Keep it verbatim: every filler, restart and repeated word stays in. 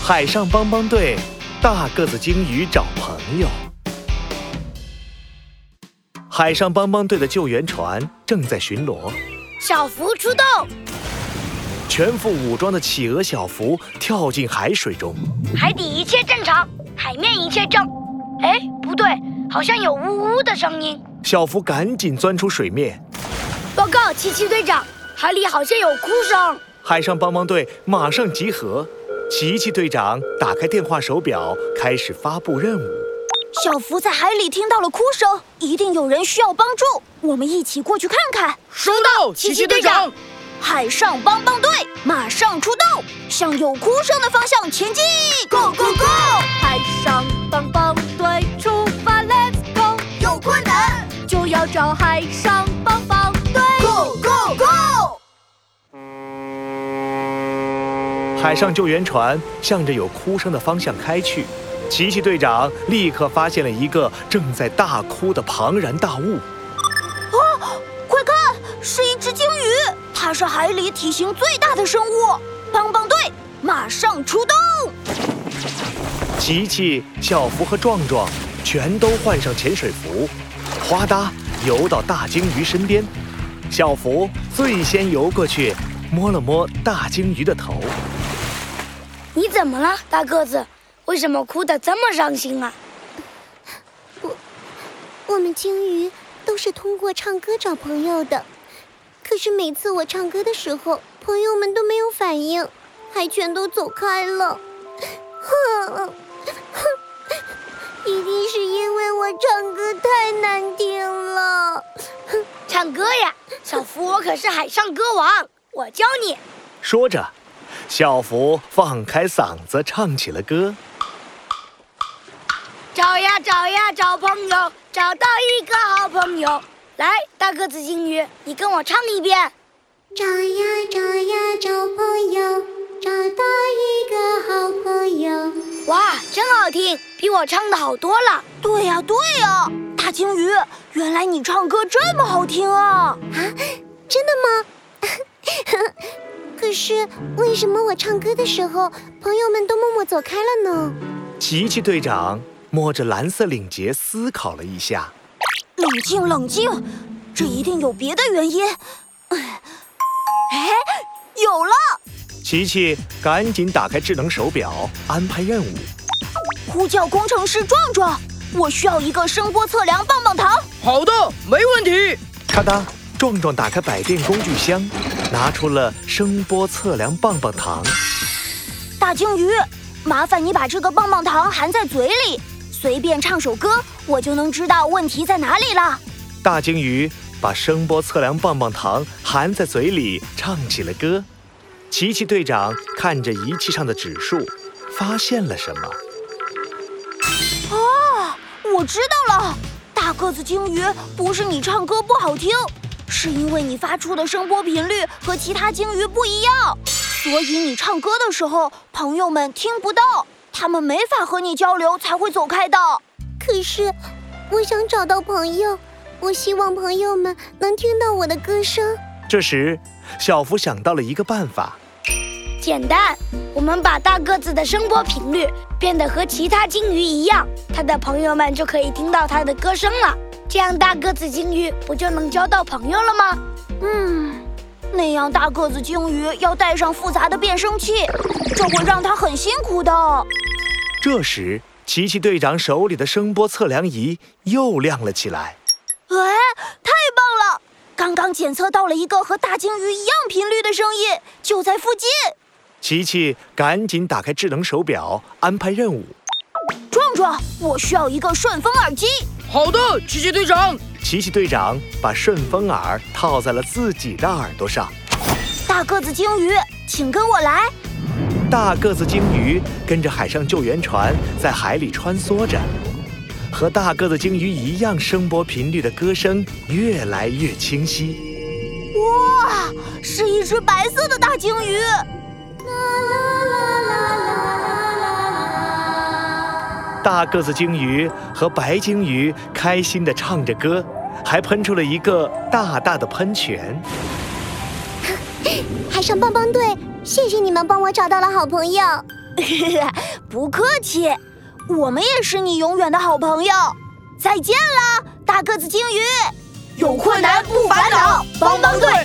海上帮帮队，大个子鲸鱼找朋友。海上帮帮队的救援船正在巡逻。 小福出动！ 全副武装的企鹅小福跳进海水中。 海底一切正常，海面一切正。哎，不对，好像有呜呜的声音。 小福赶紧钻出水面。 报告，奇奇队长，海里好像有哭声。 海上帮帮队马上集合。奇奇队长打开电话手表，开始发布任务。 小福在海里听到了哭声，一定有人需要帮助，我们一起过去看看。 收到，奇奇队长。 海上帮帮队马上出动，向有哭声的方向前进 ！Go go go！ 海上帮帮队出发 ，Let's go！ 有困难就要找海上帮帮队 ，Go go go！ 海上救援船向着有哭声的方向开去。奇奇队长立刻发现了一个正在大哭的庞然大物。 啊！快看，是一只鲸鱼，它是海里体型最大的生物。帮帮队马上出动！ 奇奇、小福和壮壮全都换上潜水服，哗嗒游到大鲸鱼身边。小福最先游过去，摸了摸大鲸鱼的头。 你怎么了，大个子？为什么哭得这么伤心啊？ 我，我们鲸鱼都是通过唱歌找朋友的，可是每次我唱歌的时候，朋友们都没有反应，还全都走开了。哼，哼，一定是因为我唱歌太难听了。 唱歌呀，小福，我可是海上歌王，我教你。 说着，小福放开嗓子唱起了歌。 找呀找呀找朋友，找到一个好朋友。来，大个子鲸鱼，你跟我唱一遍。 找呀找呀找朋友，找到一个好朋友。 哇，真好听，比我唱的好多了。 对呀对呀，大鲸鱼，原来你唱歌这么好听啊！ 啊，真的吗？可是为什么我唱歌的时候，朋友们都默默走开了呢？ 奇奇队长摸着蓝色领结思考了一下。 冷静冷静，这一定有别的原因。哎，有了！ 奇奇赶紧打开智能手表，安排任务。 呼叫工程师壮壮，我需要一个声波测量棒棒糖。 好的，没问题。 咔嗒，壮壮打开百电工具箱，拿出了声波测量棒棒糖。 大鲸鱼，麻烦你把这个棒棒糖含在嘴里，随便唱首歌，我就能知道问题在哪里了。 大鲸鱼把声波测量棒棒糖含在嘴里，唱起了歌。奇奇队长看着仪器上的指数，发现了什么？ 啊，我知道了！大个子鲸鱼，不是你唱歌不好听，是因为你发出的声波频率和其他鲸鱼不一样，所以你唱歌的时候，朋友们听不到，他们没法和你交流，才会走开的。 可是，我想找到朋友，我希望朋友们能听到我的歌声。 这时，小福想到了一个办法。 简单，我们把大个子的声波频率变得和其他鲸鱼一样，他的朋友们就可以听到他的歌声了。这样大个子鲸鱼不就能交到朋友了吗？ 嗯，那样大个子鲸鱼要带上复杂的变声器，这会让他很辛苦的。 这时，奇奇队长手里的声波测量仪又亮了起来。 哎，太棒了！刚刚检测到了一个和大鲸鱼一样频率的声音，就在附近。 奇奇赶紧打开智能手表，安排任务。 壮壮，我需要一个顺风耳机。 好的，奇奇队长。 奇奇队长把顺风耳套在了自己的耳朵上。 大个子鲸鱼，请跟我来。 大个子鲸鱼跟着海上救援船在海里穿梭着，和大个子鲸鱼一样声波频率的歌声越来越清晰。 哇，是一只白色的大鲸鱼。 大个子鲸鱼和白鲸鱼开心地唱着歌，还喷出了一个大大的喷泉。 海上帮帮队，谢谢你们帮我找到了好朋友。 不客气，我们也是你永远的好朋友。再见了，大个子鲸鱼！ 有困难不烦恼，帮帮队